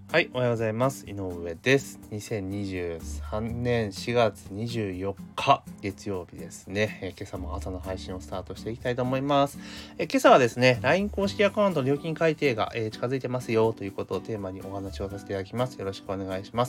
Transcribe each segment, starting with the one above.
はい、おはようございます。井上です。2023年4月24日月曜日ですね。今朝も朝の配信をスタートしていきたいと思います。今朝はですね、LINE 公式アカウントの料金改定が、近づいてますよということをテーマにお話をさせていただきます。よろしくお願いします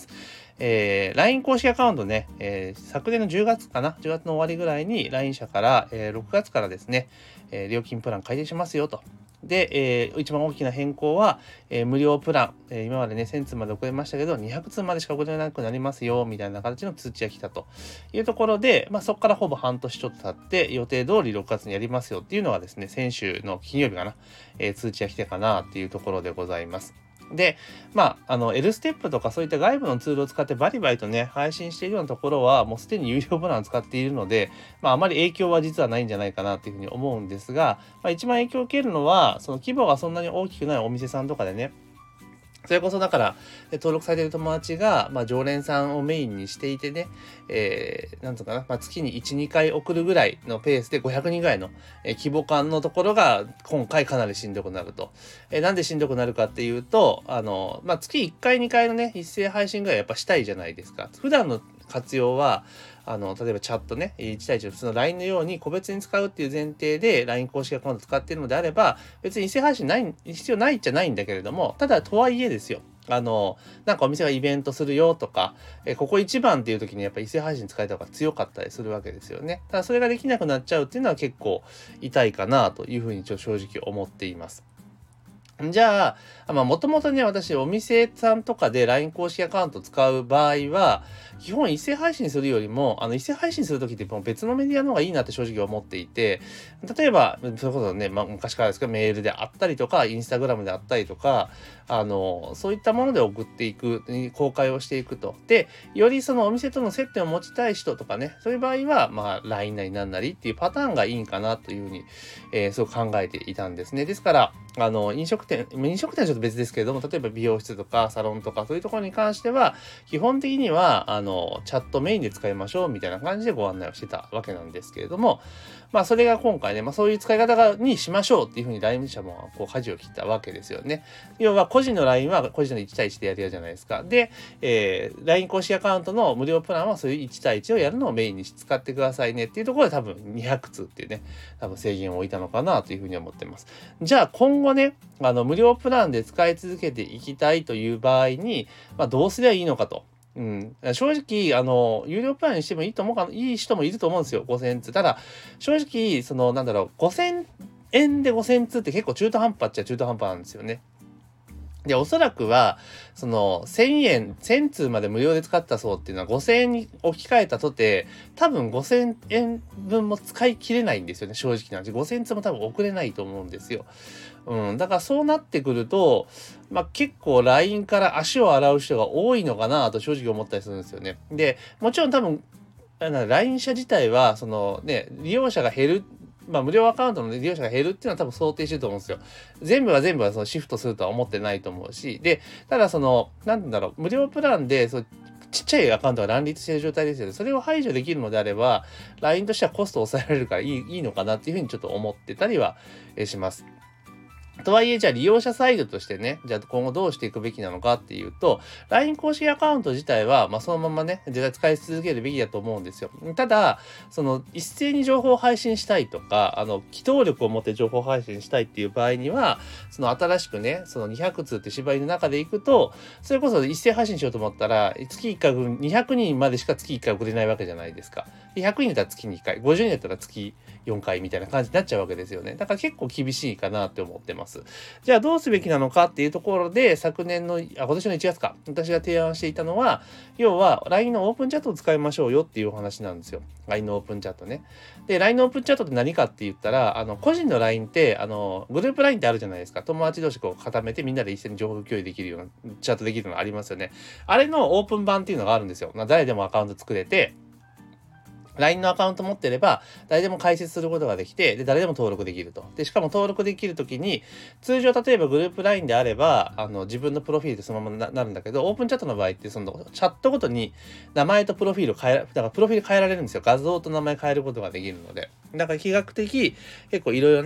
。LINE 公式アカウントね、昨年の10月かな、10月の終わりぐらいに LINE 社から、6月からですね、料金プラン改定しますよと。で、一番大きな変更は、無料プラン、今までね、1000通まで送れましたけど、200通までしか送れなくなりますよ、みたいな形の通知が来たというところで、そこからほぼ半年ちょっと経って、予定通り6月にやりますよっていうのがですね、先週の金曜日かな、通知が来てかなっていうところでございます。で、L ステップとかそういった外部のツールを使ってバリバリとね、配信しているようなところは、もうすでに有料プランを使っているので、あまり影響は実はないんじゃないかなというふうに思うんですが、一番影響を受けるのは、その規模がそんなに大きくないお店さんとかでね、それこそだから登録されている友達が、常連さんをメインにしていてね、なんとかな、月に1、2回送るぐらいのペースで500人ぐらいの、規模感のところが今回かなりしんどくなると。なんでしんどくなるかっていうと、月1回、2回のね、一斉配信ぐらいやっぱしたいじゃないですか。普段の活用は、例えばチャットね、1対1の普通の LINE のように個別に使うっていう前提で LINE 公式アカウント使っているのであれば、別に一斉配信必要ないっちゃないんだけれども、ただとはいえですよ。なんかお店がイベントするよとか、ここ一番っていう時にやっぱ一斉配信使えた方が強かったりするわけですよね。ただそれができなくなっちゃうっていうのは結構痛いかなというふうに正直思っています。じゃあ、もともとね、私、お店さんとかで LINE 公式アカウント使う場合は、基本一斉配信するよりも、一斉配信するときってもう別のメディアの方がいいなって正直思っていて、例えば、それこそね、昔からですけど、メールであったりとか、インスタグラムであったりとか、そういったもので送っていく、公開をしていくと。で、よりそのお店との接点を持ちたい人とかね、そういう場合は、LINE なりなんなりっていうパターンがいいんかなというふうに、そう考えていたんですね。ですから、飲食店はちょっと別ですけれども、例えば美容室とかサロンとかそういうところに関しては、基本的には、チャットメインで使いましょうみたいな感じでご案内をしてたわけなんですけれども、それが今回ね、そういう使い方にしましょうっていうふうに LINE 社も舵を切ったわけですよね。要は個人の LINE は個人の1対1でやるじゃないですか。で、LINE 公式アカウントの無料プランはそういう1対1をやるのをメインに使ってくださいねっていうところで多分200通っていうね、多分制限を置いたのかなというふうに思ってます。じゃあ今後ね、無料プランで使い続けていきたいという場合に、どうすりゃいいのかと。正直、有料プランにしてもいいと思うか、いい人もいると思うんですよ。5000円通。ただ、正直、5000円で5000通って結構中途半端っちゃ中途半端なんですよね。で、おそらくは、1000円、1000通まで無料で使った層っていうのは5000円に置き換えたとて、多分5000円分も使い切れないんですよね、正直な話。5000通も多分送れないと思うんですよ。だからそうなってくると、結構 LINE から足を洗う人が多いのかなと正直思ったりするんですよね。で、もちろん多分、LINE 社自体は、利用者が減る、無料アカウントの利用者が減るっていうのは多分想定してると思うんですよ。全部はそのシフトするとは思ってないと思うし、で、ただ無料プランで、ちっちゃいアカウントが乱立している状態ですよね。それを排除できるのであれば、LINE としてはコストを抑えられるからいいのかなっていうふうにちょっと思ってたりはします。とはいえ、じゃあ利用者サイドとしてね、じゃあ今後どうしていくべきなのかっていうと、LINE 公式アカウント自体は、そのままね、絶対使い続けるべきだと思うんですよ。ただ、一斉に情報を配信したいとか、機動力を持って情報配信したいっていう場合には、新しくね、200通って縛りの中でいくと、それこそ一斉配信しようと思ったら、月1回分200人までしか月1回送れないわけじゃないですか。100人だったら月2回、50人だったら月4回みたいな感じになっちゃうわけですよね。だから結構厳しいかなって思ってます。じゃあどうすべきなのかっていうところで、今年の1月か、私が提案していたのは、要は LINE のオープンチャットを使いましょうよっていうお話なんですよ。LINE のオープンチャットね。で、LINE のオープンチャットって何かって言ったら、個人の LINE って、グループ LINE ってあるじゃないですか。友達同士固めてみんなで一緒に情報共有できるような、チャットできるのがありますよね。あれのオープン版っていうのがあるんですよ。誰でもアカウント作れて、LINE のアカウント持ってれば、誰でも開設することができて、で、誰でも登録できると。で、しかも登録できるときに、通常例えばグループ LINE であれば、自分のプロフィールでそのままなるんだけど、オープンチャットの場合って、チャットごとに名前とプロフィールをだからプロフィール変えられるんですよ。画像と名前変えることができるので。だから比較的、結構いろいろね、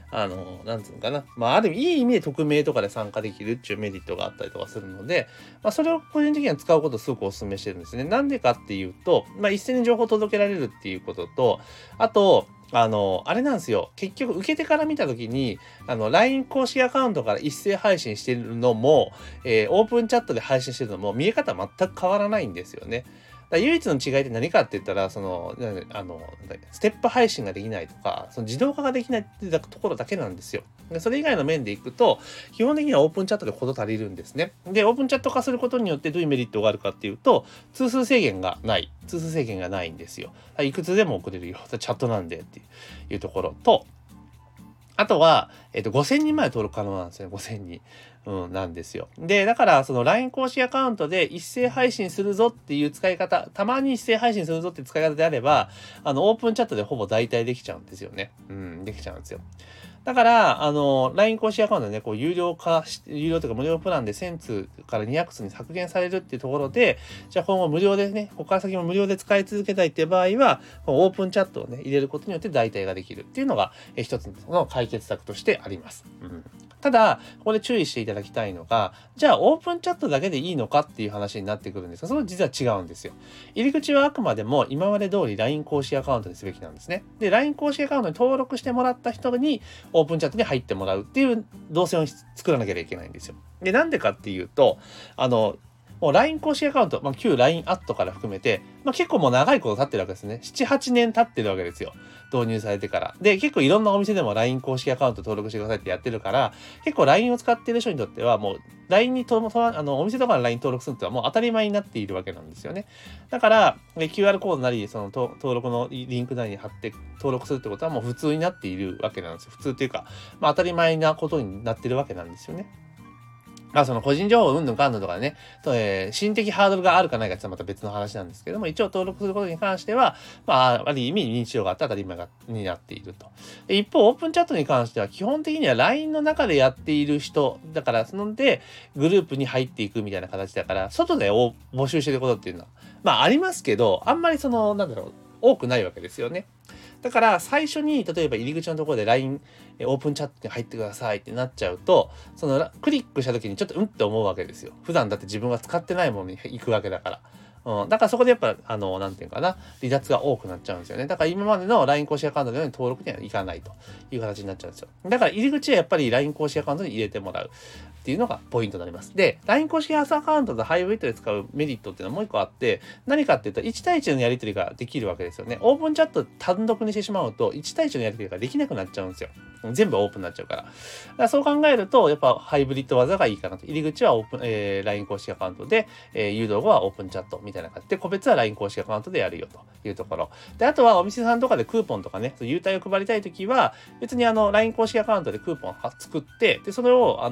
なんつうのかな。ある意味、いい意味で匿名とかで参加できるっていうメリットがあったりとかするので、それを個人的には使うことをすごくお勧めしてるんですね。なんでかっていうと、一斉に情報を届けられるっていうことと、あと、あれなんですよ。結局、受け手から見たときに、LINE 公式アカウントから一斉配信してるのも、オープンチャットで配信してるのも、見え方全く変わらないんですよね。唯一の違いって何かって言ったら、ステップ配信ができないとか、その自動化ができないっていうところだけなんですよ。でそれ以外の面でいくと、基本的にはオープンチャットで事足りるんですね。で、オープンチャット化することによってどういうメリットがあるかっていうと、通数制限がない。通数制限がないんですよ。いくつでも送れるよ。チャットなんでっていうところと、あとは、5000人まで登録可能なんですよね。5000人。なんですよ。で、だから、その LINE 公式アカウントで一斉配信するぞっていう使い方、たまに一斉配信するぞっていう使い方であれば、オープンチャットでほぼ代替できちゃうんですよね。できちゃうんですよ。だから、LINE 公式アカウントでね、有料というか無料プランで1000通から200通に削減されるっていうところで、じゃあ今後無料でね、ここから先も無料で使い続けたいっていう場合は、オープンチャットをね、入れることによって代替ができるっていうのが、一つの解決策としてあります。ただ、ここで注意していただきたいのが、じゃあオープンチャットだけでいいのかっていう話になってくるんですが、それは実は違うんですよ。入り口はあくまでも今まで通り LINE 公式アカウントにすべきなんですね。で、LINE 公式アカウントに登録してもらった人にオープンチャットに入ってもらうっていう動線を作らなきゃいけないんですよ。で、なんでかっていうと、もう LINE 公式アカウント、旧 LINE アットから含めて、結構もう長いこと経ってるわけですね。7、8年経ってるわけですよ。導入されてから。で、結構いろんなお店でも LINE 公式アカウント登録してくださいってやってるから、結構 LINE を使っている人にとっては、もう LINE にお店とかの LINE 登録するってのはもう当たり前になっているわけなんですよね。だから、QR コードなり、その登録のリンクなりに貼って登録するってことはもう普通になっているわけなんですよ。普通っていうか、当たり前なことになってるわけなんですよね。その個人情報うんぬんかんぬんとかね、心的ハードルがあるかないかってまた別の話なんですけども、一応登録することに関しては、ある意味認知症があって当たり前になっていると。一方、オープンチャットに関しては、基本的には LINE の中でやっている人、だから、そので、グループに入っていくみたいな形だから、外で募集してることっていうのは、ありますけど、あんまり多くないわけですよね。だから最初に例えば入り口のところで LINE オープンチャットに入ってくださいってなっちゃうと、そのクリックした時にちょっとって思うわけですよ。普段だって自分が使ってないものに行くわけだから。だからそこでやっぱなんていうかな、離脱が多くなっちゃうんですよね。だから今までの LINE 公式アカウントのように登録にはいかないという形になっちゃうんですよ。だから入り口はやっぱり LINE 公式アカウントに入れてもらうっていうのがポイントになります。で、LINE 公式アカウントとハイブリッドで使うメリットっていうのはもう一個あって、何かっていうと1対1のやり取りができるわけですよね。オープンチャット単独にしてしまうと1対1のやり取りができなくなっちゃうんですよ。全部オープンになっちゃうから。だからそう考えると、やっぱハイブリッド技がいいかなと。入り口はLINE 公式アカウントで、誘導後はオープンチャットみたいな感じで、個別は LINE 公式アカウントでやるよというところ。で、あとはお店さんとかでクーポンとかね、優待を配りたいときは、別にLINE 公式アカウントでクーポン作って、で、それを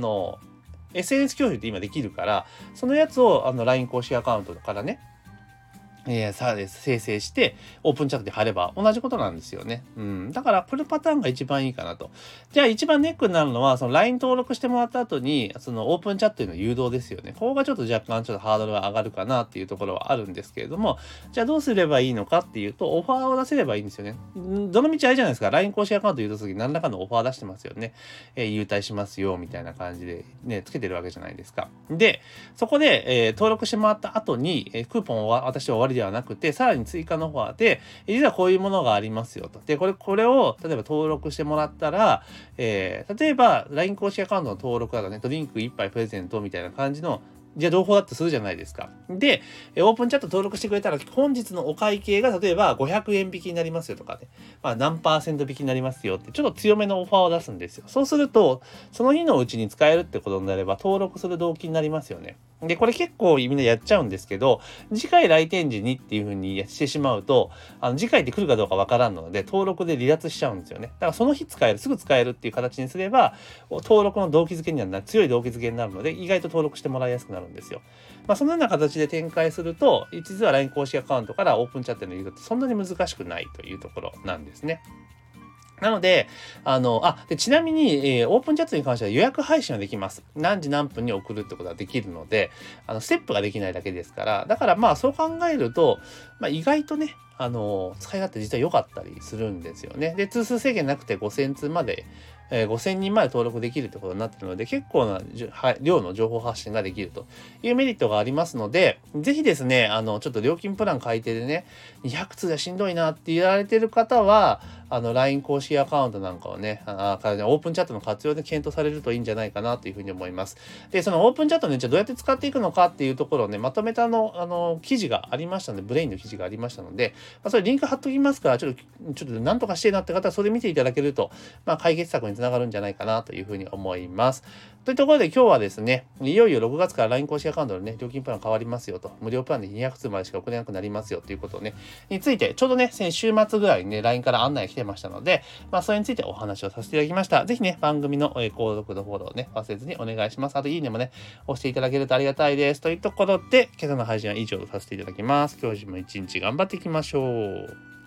SNS 共有って今できるから、そのやつをLINE 公式アカウントからね、生成して、オープンチャットで貼れば同じことなんですよね。だから、このパターンが一番いいかなと。じゃあ、一番ネックになるのは、その LINE 登録してもらった後に、そのオープンチャットへの誘導ですよね。ここがちょっと若干ハードルが上がるかなっていうところはあるんですけれども、じゃあどうすればいいのかっていうと、オファーを出せればいいんですよね。どの道あれじゃないですか。LINE 公式アカウント誘導するとき何らかのオファー出してますよね。優待しますよ、みたいな感じでね、つけてるわけじゃないですか。で、そこで、登録してもらった後に、クーポンは私は終わりではなくて、さらに追加のオファーで、実はこういうものがありますよと。で、これを、例えば登録してもらったら、例えば、LINE 公式アカウントの登録だとね、ドリンク1杯プレゼントみたいな感じの、じゃあ情報だってするじゃないですか。で、オープンチャット登録してくれたら、本日のお会計が例えば500円引きになりますよとかね、何%引きになりますよって、ちょっと強めのオファーを出すんですよ。そうすると、その日のうちに使えるってことになれば、登録する動機になりますよね。で、これ結構みんなやっちゃうんですけど、次回来店時にっていう風にしてしまうと、次回って来るかどうかわからんので、登録で離脱しちゃうんですよね。だからその日使える、すぐ使えるっていう形にすれば、登録の動機づけには強い動機づけになるので、意外と登録してもらいやすくなるんですよ。そのような形で展開すると、実は LINE 公式アカウントからオープンチャットの誘導ってそんなに難しくないというところなんですね。なので、ちなみに、オープンチャットに関しては予約配信はできます。何時何分に送るってことはできるので、ステップができないだけですから、だからそう考えると、意外とね、使い勝手実は良かったりするんですよね。で、通数制限なくて5000通まで 5000人まで登録できるってことになっているので、結構な量の情報発信ができるというメリットがありますので、ぜひですね、ちょっと料金プラン改定でね、200通でしんどいなって言われてる方は、LINE 公式アカウントなんかをね、オープンチャットの活用で検討されるといいんじゃないかなというふうに思います。で、そのオープンチャットね、じゃあどうやって使っていくのかっていうところをね、まとめた記事がありましたので、ブレインの記事がありましたので、それリンク貼っときますから、ちょっとなんとかしてなって方はそれ見ていただけると、解決策につながるんじゃないかなというふうに思います。というところで今日はですね、いよいよ6月から LINE 公式アカウントのね、料金プラン変わりますよと、無料プランで200通までしか送れなくなりますよということをね、について、ちょうどね、先週末ぐらいにね、LINE から案内が来てましたので、それについてお話をさせていただきました。ぜひね、番組の購読とフォローね、忘れずにお願いします。あと、いいねもね、押していただけるとありがたいです。というところで、今朝の配信は以上とさせていただきます。今日も一日頑張っていきましょう。